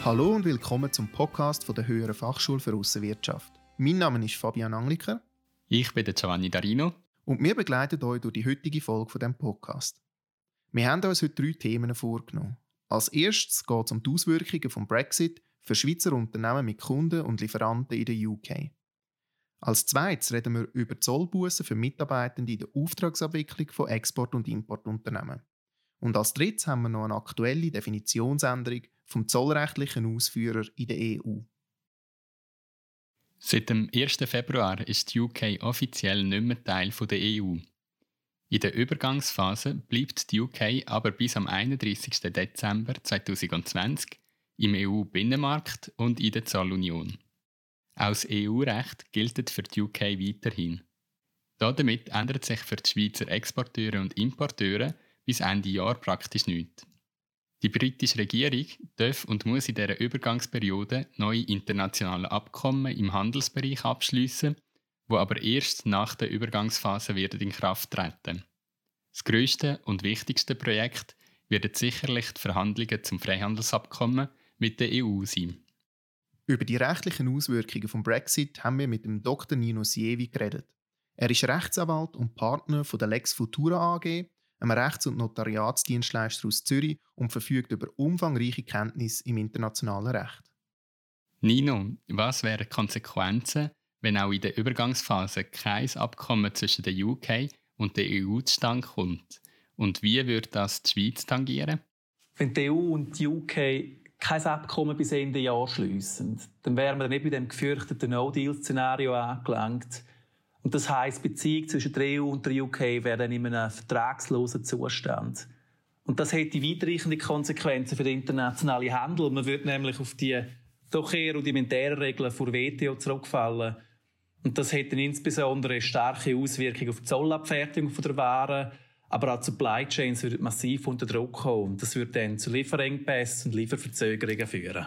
Hallo und willkommen zum Podcast von der Höheren Fachschule für Aussenwirtschaft. Mein Name ist Fabian Angliker. Ich bin der Giovanni Darino. Und wir begleiten euch durch die heutige Folge von diesem Podcast. Wir haben uns heute 3 Themen vorgenommen. Als erstes geht es um die Auswirkungen des Brexit für Schweizer Unternehmen mit Kunden und Lieferanten in der UK. Als zweites reden wir über Zollbussen für Mitarbeitende in der Auftragsabwicklung von Export- und Importunternehmen. Und als drittes haben wir noch eine aktuelle Definitionsänderung vom zollrechtlichen Ausführer in der EU. Seit dem 1. Februar ist die UK offiziell nicht mehr Teil der EU. In der Übergangsphase bleibt die UK aber bis am 31. Dezember 2020 im EU-Binnenmarkt und in der Zollunion. Auch das EU-Recht gilt für die UK weiterhin. Damit ändert sich für die Schweizer Exporteure und Importeure bis Ende Jahr praktisch nichts. Die britische Regierung darf und muss in dieser Übergangsperiode neue internationale Abkommen im Handelsbereich abschliessen, die aber erst nach der Übergangsphase werden in Kraft treten. Das grösste und wichtigste Projekt werden sicherlich die Verhandlungen zum Freihandelsabkommen mit der EU sein. Über die rechtlichen Auswirkungen des Brexit haben wir mit dem Dr. Nino Sievi geredet. Er ist Rechtsanwalt und Partner von der Lex Futura AG, einem Rechts- und Notariatsdienstleister aus Zürich, und verfügt über umfangreiche Kenntnisse im internationalen Recht. Nino, was wären die Konsequenzen, wenn auch in der Übergangsphase kein Abkommen zwischen der UK und der EU zustande kommt? Und wie würde das die Schweiz tangieren? Wenn die EU und die UK kein Abkommen bis Ende Jahr schliessen, dann wären wir dann eben bei dem gefürchteten No-Deal-Szenario angelangt. Und das heisst, die Beziehung zwischen der EU und der UK wäre dann in einem vertragslosen Zustand. Und das hätte weitreichende Konsequenzen für den internationalen Handel. Man würde nämlich auf die doch eher rudimentären Regeln der WTO zurückfallen. Und das hätte insbesondere starke Auswirkungen auf die Zollabfertigung der Waren, aber auch die Supply Chains würden massiv unter Druck kommen. Und das würde dann zu Lieferengpässen und Lieferverzögerungen führen.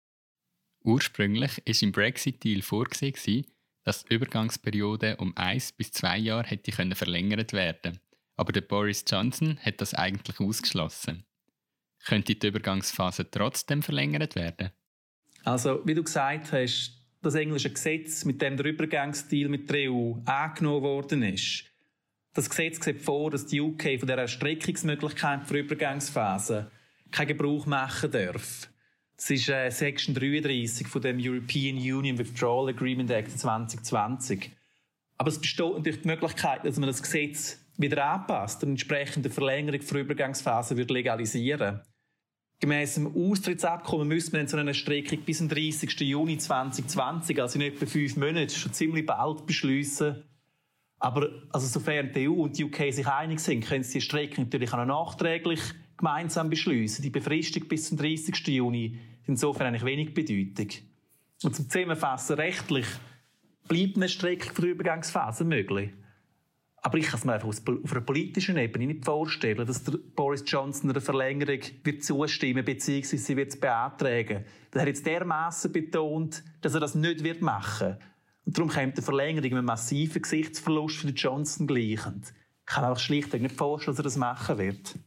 Ursprünglich war im Brexit-Deal vorgesehen, dass die Übergangsperiode um 1 bis 2 Jahre hätte verlängert werden. Aber der Boris Johnson hat das eigentlich ausgeschlossen. Könnte die Übergangsphase trotzdem verlängert werden? Also, wie du gesagt hast, das englische Gesetz, mit dem der Übergangsdeal mit der EU angenommen worden ist, das Gesetz sieht vor, dass die UK von dieser Erstreckungsmöglichkeit für die Übergangsphase keinen Gebrauch machen darf. Das ist Section 33 von dem European Union Withdrawal Agreement Act 2020. Aber es besteht natürlich die Möglichkeit, dass man das Gesetz wieder anpasst und entsprechend eine Verlängerung der Übergangsphase legalisieren würde. Gemäss dem Austrittsabkommen müsste man dann so eine Streckung bis zum 30. Juni 2020, also in etwa 5 Monaten, schon ziemlich bald beschliessen. Aber sofern die EU und die UK sich einig sind, können sie die Streckung natürlich auch noch nachträglich gemeinsam beschliessen. Die Befristung bis zum 30. Juni ist insofern eigentlich wenig Bedeutung. Und zum Zusammenfassen, rechtlich bleibt eine Streckung für die Übergangsphase möglich. Aber ich kann es mir einfach auf einer politischen Ebene nicht vorstellen, dass der Boris Johnson einer Verlängerung wird zustimmen bzw. sie wird es beantragen. Er hat jetzt dermassen betont, dass er das nicht machen wird. Und darum kommt die Verlängerung einen massiven Gesichtsverlust für Johnson gleichend. Ich kann mir auch schlichtweg nicht vorstellen, dass er das machen wird.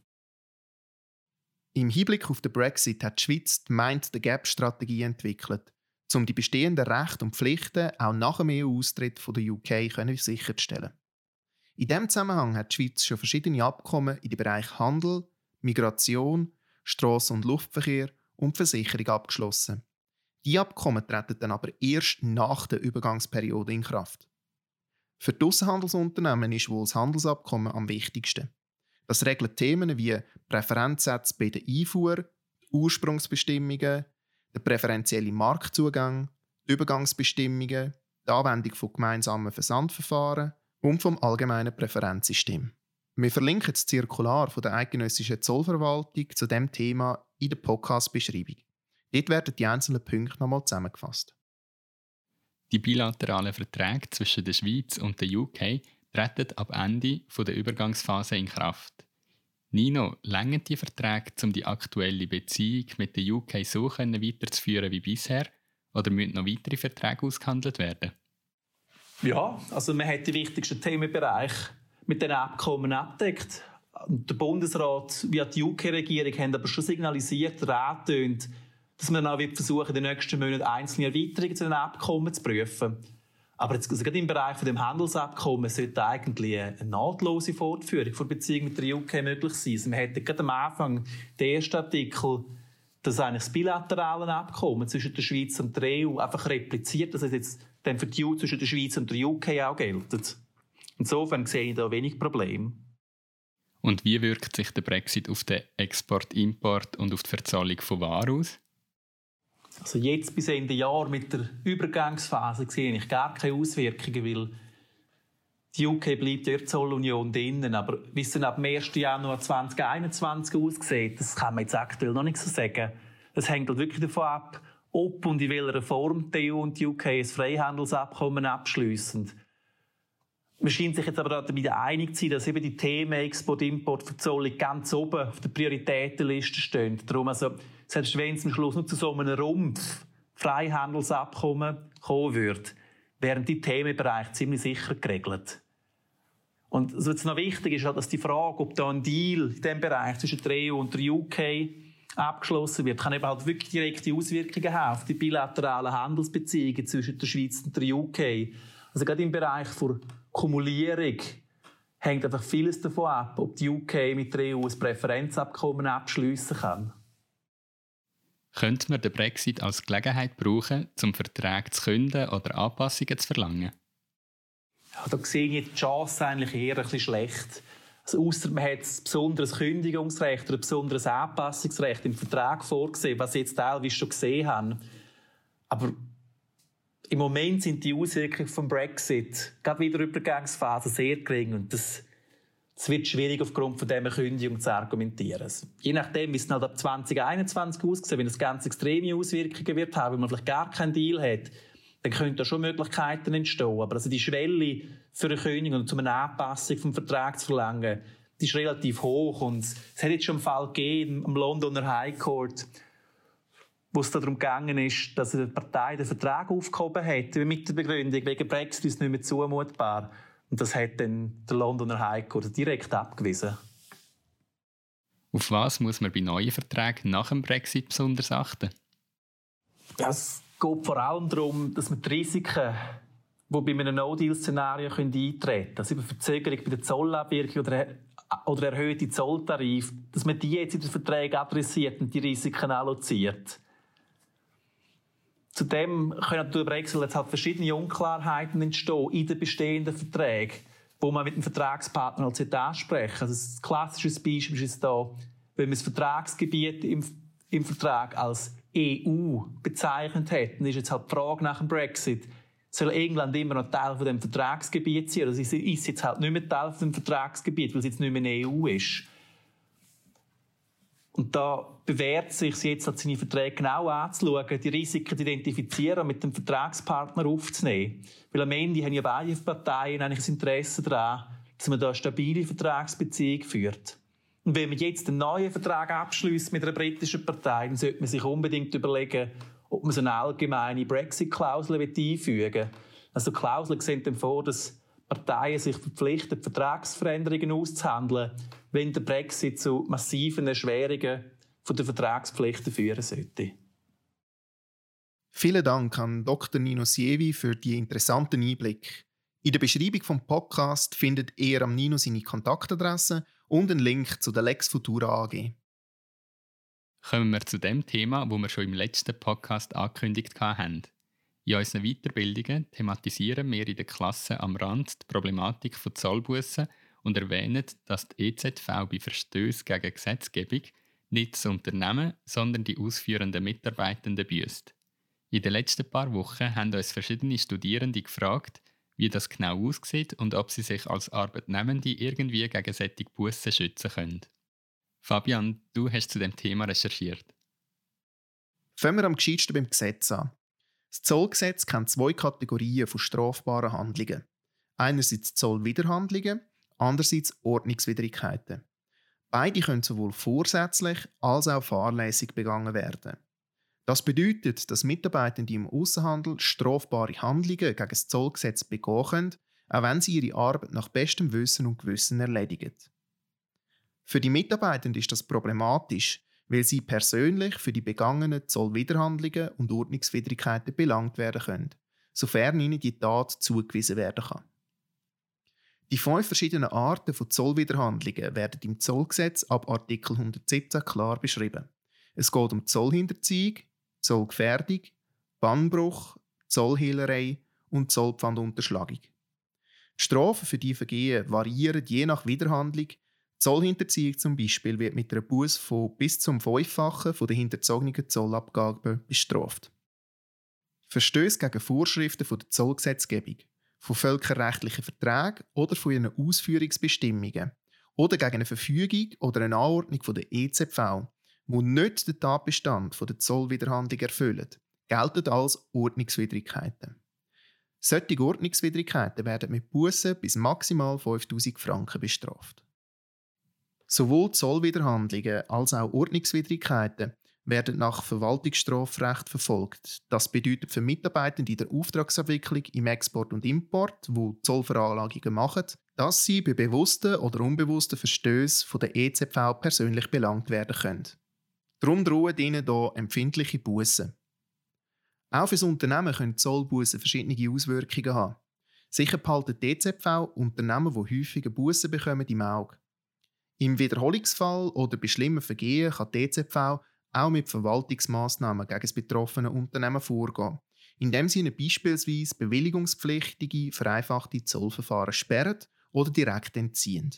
Im Hinblick auf den Brexit hat die Schweiz die Mind-the-Gap-Strategie entwickelt, um die bestehenden Rechte und Pflichten auch nach dem EU-Austritt von der UK sicherzustellen. In diesem Zusammenhang hat die Schweiz schon verschiedene Abkommen in den Bereichen Handel, Migration, Strassen- und Luftverkehr und Versicherung abgeschlossen. Die Abkommen treten dann aber erst nach der Übergangsperiode in Kraft. Für die Aussenhandelsunternehmen ist wohl das Handelsabkommen am wichtigsten. Das regelt Themen wie Präferenzsätze bei der Einfuhr, Ursprungsbestimmungen, der präferentielle Marktzugang, die Übergangsbestimmungen, die Anwendung von gemeinsamen Versandverfahren und vom allgemeinen Präferenzsystem. Wir verlinken das Zirkular von der Eidgenössischen Zollverwaltung zu diesem Thema in der Podcast-Beschreibung. Dort werden die einzelnen Punkte nochmal zusammengefasst. Die bilateralen Verträge zwischen der Schweiz und der UK treten ab Ende der Übergangsphase in Kraft. Nino, reichen die Verträge, um die aktuelle Beziehung mit der UK so weiterzuführen wie bisher, oder müssen noch weitere Verträge ausgehandelt werden? Ja, man hat die wichtigsten Themenbereiche mit den Abkommen abdeckt. Der Bundesrat wie auch die UK-Regierung haben aber schon signalisiert, angetönt, dass man dann auch versuchen, in den nächsten Monaten einzelne Erweiterungen zu den Abkommen zu prüfen. Aber jetzt, also gerade im Bereich von dem Handelsabkommen sollte eigentlich eine nahtlose Fortführung der Beziehung mit der UK möglich sein. Also wir hätten gerade am Anfang den ersten Artikel, dass eigentlich das bilaterale Abkommen zwischen der Schweiz und der EU einfach repliziert, dass es jetzt dann für die EU zwischen der Schweiz und der UK auch gilt. Insofern sehe ich da wenig Probleme. Und wie wirkt sich der Brexit auf den Export, Import und auf die Verzahlung von Waren aus? Also jetzt bis Ende Jahr mit der Übergangsphase sehe ich gar keine Auswirkungen, weil die UK bleibt in der Zollunion drinnen. Aber wie es dann ab dem 1. Januar 2021 aussieht, das kann man jetzt aktuell noch nicht so sagen. Das hängt halt wirklich davon ab, ob und in welcher Form die EU und die UK ein Freihandelsabkommen abschliessen. Man scheint sich jetzt aber damit einig zu sein, dass eben die Themen Export, Import, Verzollung ganz oben auf der Prioritätenliste stehen. Darum, also, selbst wenn es am Schluss nur zu so einem Rumpf Freihandelsabkommen kommen würde, wären die Themenbereiche ziemlich sicher geregelt. Und was jetzt noch wichtig ist, dass die Frage, ob da ein Deal in diesem Bereich zwischen der EU und der UK abgeschlossen wird, kann eben halt wirklich direkte Auswirkungen haben auf die bilateralen Handelsbeziehungen zwischen der Schweiz und der UK. Also gerade im Bereich der Kumulierung hängt einfach vieles davon ab, ob die UK mit der EU ein Präferenzabkommen abschliessen kann. Könnte man den Brexit als Gelegenheit brauchen, um Verträge zu künden oder Anpassungen zu verlangen? Ja, da sehe ich die Chance eigentlich eher ein bisschen schlecht. Also ausser man hat ein besonderes Kündigungsrecht oder ein besonderes Anpassungsrecht im Vertrag vorgesehen, was ich jetzt teilweise schon gesehen habe. Aber im Moment sind die Auswirkungen vom Brexit, gerade wieder Übergangsphase, sehr gering. Und das wird schwierig, aufgrund von dieser Kündigung zu argumentieren. Also, je nachdem, wie es halt ab 2021 aussieht, wenn das ganz extreme Auswirkungen wird haben, wenn man vielleicht gar keinen Deal hat, dann könnten da schon Möglichkeiten entstehen. Aber also die Schwelle für eine Kündigung und eine Anpassung vom Vertrag zu verlangen, die ist relativ hoch. Und es hat jetzt schon einen Fall gegeben am Londoner High Court, wo es darum gegangen ist, dass eine Partei den Vertrag aufgehoben hat, mit der Begründung, wegen Brexit ist es nicht mehr zumutbar. Und das hat dann der Londoner High Court direkt abgewiesen. Auf was muss man bei neuen Verträgen nach dem Brexit besonders achten? Ja, es geht vor allem darum, dass man die Risiken, die bei einem No-Deal-Szenario eintreten können, also über Verzögerung bei der Zollabwirkung oder erhöhte Zolltarife, dass man die jetzt in den Verträgen adressiert und die Risiken alloziert. Zudem können durch Brexit jetzt halt verschiedene Unklarheiten entstehen in den bestehenden Verträgen, wo man mit dem Vertragspartner halt ansprechen sollte. Also ein klassisches Beispiel ist da, wenn man das Vertragsgebiet im Vertrag als EU bezeichnet hat, dann ist jetzt halt die Frage nach dem Brexit, soll England immer noch Teil von dem Vertragsgebiet sein? Oder ist jetzt halt nicht mehr Teil von dem Vertragsgebiet, weil es jetzt nicht mehr eine EU ist? Und da bewährt es sich jetzt, seine Verträge genau anzuschauen, die Risiken zu identifizieren und mit dem Vertragspartner aufzunehmen. Weil am Ende haben ja beide Parteien eigentlich ein Interesse daran, dass man da eine stabile Vertragsbeziehung führt. Und wenn man jetzt einen neuen Vertrag abschließt mit einer britischen Partei, dann sollte man sich unbedingt überlegen, ob man so eine allgemeine Brexit-Klausel einfügen will. Also Klauseln sehen dann vor, dass Parteien sich verpflichten, Vertragsveränderungen auszuhandeln, wenn der Brexit zu massiven Erschwerungen von der Vertragspflichten führen sollte. Vielen Dank an Dr. Nino Sievi für die interessanten Einblicke. In der Beschreibung vom Podcast findet ihr am Nino seine Kontaktadresse und einen Link zu der Lex Futura AG. Kommen wir zu dem Thema, das wir schon im letzten Podcast angekündigt haben. In unseren Weiterbildungen thematisieren wir in der Klasse am Rand die Problematik von Zollbussen und erwähnen, dass die EZV bei Verstößen gegen Gesetzgebung nicht das Unternehmen, sondern die ausführenden Mitarbeitenden büsst. In den letzten paar Wochen haben uns verschiedene Studierende gefragt, wie das genau aussieht und ob sie sich als Arbeitnehmende irgendwie gegen solche Bussen schützen können. Fabian, du hast zu dem Thema recherchiert. Fangen wir am gescheitsten beim Gesetz an. Das Zollgesetz kennt zwei Kategorien von strafbaren Handlungen. Einerseits Zollwiderhandlungen, andererseits Ordnungswidrigkeiten. Beide können sowohl vorsätzlich als auch fahrlässig begangen werden. Das bedeutet, dass Mitarbeitende im Aussenhandel strafbare Handlungen gegen das Zollgesetz begehen können, auch wenn sie ihre Arbeit nach bestem Wissen und Gewissen erledigen. Für die Mitarbeitenden ist das problematisch, weil sie persönlich für die begangenen Zollwiderhandlungen und Ordnungswidrigkeiten belangt werden können, sofern ihnen die Tat zugewiesen werden kann. Die 5 verschiedenen Arten von Zollwiderhandlungen werden im Zollgesetz ab Artikel 117 klar beschrieben. Es geht um Zollhinterziehung, Zollgefährdung, Bannbruch, Zollhehlerei und Zollpfandunterschlagung. Die Strafen für die Vergehen variieren je nach Widerhandlung. Zollhinterziehung zum Beispiel wird mit einer Buße von bis zum 5-fachen der hinterzogenen Zollabgaben bestraft. Verstöße gegen Vorschriften der Zollgesetzgebung, von völkerrechtlichen Verträgen oder von ihren Ausführungsbestimmungen oder gegen eine Verfügung oder eine Anordnung von der EZV, die nicht den Tatbestand der Zollwiderhandlung erfüllen, gelten als Ordnungswidrigkeiten. Solche Ordnungswidrigkeiten werden mit Bussen bis maximal 5'000 Franken bestraft. Sowohl Zollwiderhandlungen als auch Ordnungswidrigkeiten werden nach Verwaltungsstrafrecht verfolgt. Das bedeutet für Mitarbeitende in der Auftragsabwicklung im Export und Import, die Zollveranlagungen machen, dass sie bei bewussten oder unbewussten Verstößen von der EZV persönlich belangt werden können. Darum drohen ihnen hier empfindliche Bussen. Auch für das Unternehmen können Zollbussen verschiedene Auswirkungen haben. Sicher behalten die EZV Unternehmen, die häufige Bussen bekommen, im Auge. Im Wiederholungsfall oder bei schlimmen Vergehen kann die EZV auch mit Verwaltungsmaßnahmen gegen das betroffene Unternehmen vorgehen, indem sie ihnen beispielsweise bewilligungspflichtige, vereinfachte Zollverfahren sperren oder direkt entziehen.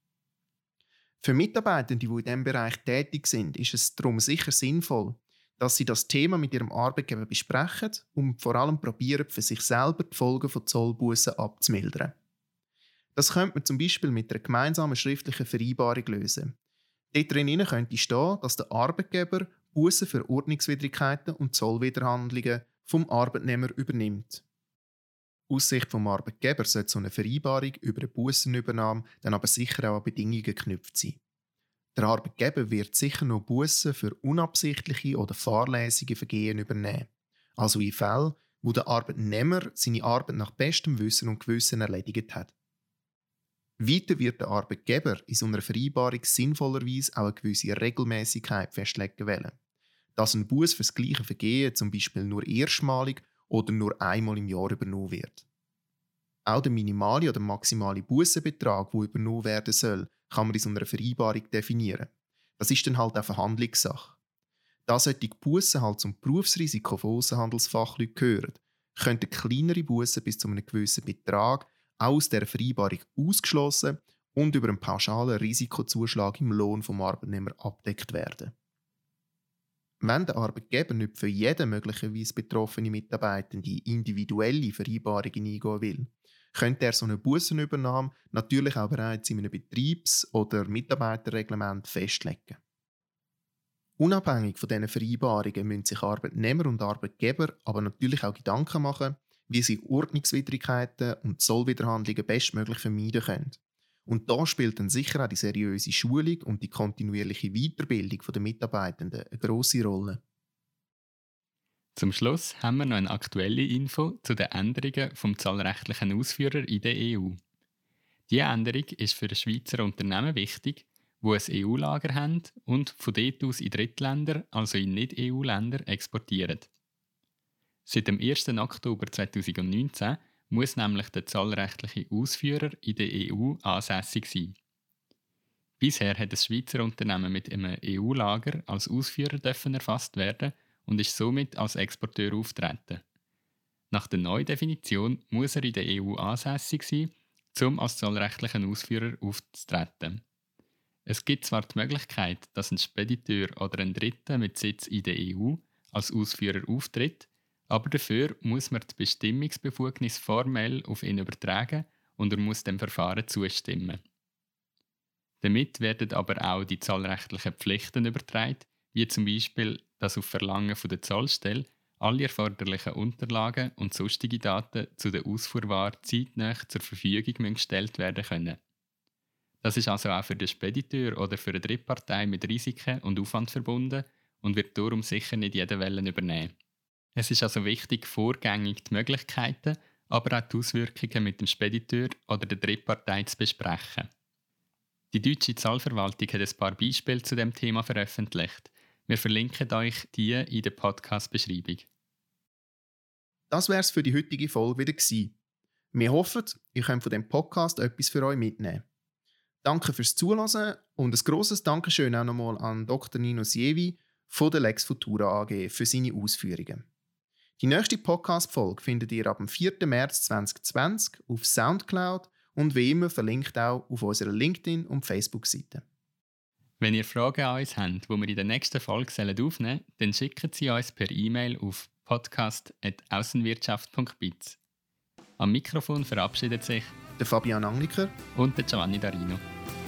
Für Mitarbeitende, die in diesem Bereich tätig sind, ist es darum sicher sinnvoll, dass sie das Thema mit ihrem Arbeitgeber besprechen und vor allem probieren, für sich selber die Folgen von Zollbussen abzumildern. Das könnte man zum Beispiel mit einer gemeinsamen schriftlichen Vereinbarung lösen. Dort drin könnte stehen, dass der Arbeitgeber Bussen für Ordnungswidrigkeiten und Zollwiderhandlungen vom Arbeitnehmer übernimmt. Aus Sicht vom Arbeitgeber sollte so eine Vereinbarung über eine Bussenübernahme dann aber sicher auch an Bedingungen geknüpft sein. Der Arbeitgeber wird sicher noch Bussen für unabsichtliche oder fahrlässige Vergehen übernehmen. Also in Fällen, wo der Arbeitnehmer seine Arbeit nach bestem Wissen und Gewissen erledigt hat. Weiter wird der Arbeitgeber in so einer Vereinbarung sinnvollerweise auch eine gewisse Regelmäßigkeit festlegen wollen. Dass ein Buß für das gleiche Vergehen zum Beispiel nur erstmalig oder nur einmal im Jahr übernommen wird. Auch der minimale oder maximale Bussenbetrag, der übernommen werden soll, kann man in so einer Vereinbarung definieren. Das ist dann halt auch Verhandlungssache. Da solche Bussen halt zum Berufsrisiko von Aussenhandelsfachleuten gehören, könnten kleinere Bussen bis zu einem gewissen Betrag auch aus dieser Vereinbarung ausgeschlossen und über einen pauschalen Risikozuschlag im Lohn vom Arbeitnehmer abgedeckt werden. Wenn der Arbeitgeber nicht für jeden möglicherweise betroffene Mitarbeitende individuelle Vereinbarungen eingehen will, könnte er so eine Bussenübernahme natürlich auch bereits in einem Betriebs- oder Mitarbeiterreglement festlegen. Unabhängig von diesen Vereinbarungen müssen sich Arbeitnehmer und Arbeitgeber aber natürlich auch Gedanken machen, wie sie Ordnungswidrigkeiten und Zollwiderhandlungen bestmöglich vermeiden können. Und da spielt dann sicher auch die seriöse Schulung und die kontinuierliche Weiterbildung der Mitarbeitenden eine grosse Rolle. Zum Schluss haben wir noch eine aktuelle Info zu den Änderungen vom zollrechtlichen Ausführer in der EU. Diese Änderung ist für ein Schweizer Unternehmen wichtig, wo ein EU-Lager haben und von dort aus in Drittländer, also in Nicht-EU-Länder, exportieren. Seit dem 1. Oktober 2019 muss nämlich der zollrechtliche Ausführer in der EU ansässig sein. Bisher hat das Schweizer Unternehmen mit einem EU-Lager als Ausführer erfasst werden und ist somit als Exporteur auftreten. Nach der neuen Definition muss er in der EU ansässig sein, um als zollrechtlichen Ausführer aufzutreten. Es gibt zwar die Möglichkeit, dass ein Spediteur oder ein Dritter mit Sitz in der EU als Ausführer auftritt, aber dafür muss man die Bestimmungsbefugnis formell auf ihn übertragen und er muss dem Verfahren zustimmen. Damit werden aber auch die zollrechtlichen Pflichten übertragen, wie zum Beispiel, dass auf Verlangen von der Zollstelle alle erforderlichen Unterlagen und sonstige Daten zu der Ausfuhrware zeitnah zur Verfügung gestellt werden können. Das ist also auch für den Spediteur oder für eine Drittpartei mit Risiken und Aufwand verbunden und wird darum sicher nicht jeder Welle übernehmen. Es ist also wichtig, vorgängig die Möglichkeiten, aber auch die Auswirkungen mit dem Spediteur oder der Drittpartei zu besprechen. Die deutsche Zollverwaltung hat ein paar Beispiele zu dem Thema veröffentlicht. Wir verlinken euch die in der Podcast-Beschreibung. Das wär's für die heutige Folge wieder gewesen. Wir hoffen, ihr könnt von dem Podcast etwas für euch mitnehmen. Danke fürs Zuhören und ein grosses Dankeschön auch nochmal an Dr. Nino Sievi von der Lex Futura AG für seine Ausführungen. Die nächste Podcast-Folge findet ihr ab dem 4. März 2020 auf Soundcloud und wie immer verlinkt auch auf unserer LinkedIn- und Facebook-Seite. Wenn ihr Fragen an uns habt, die wir in der nächsten Folge aufnehmen sollen, dann schickt sie uns per E-Mail auf podcast@aussenwirtschaft.biz. Am Mikrofon verabschiedet sich Der Fabian Angliker und der Giovanni Darino.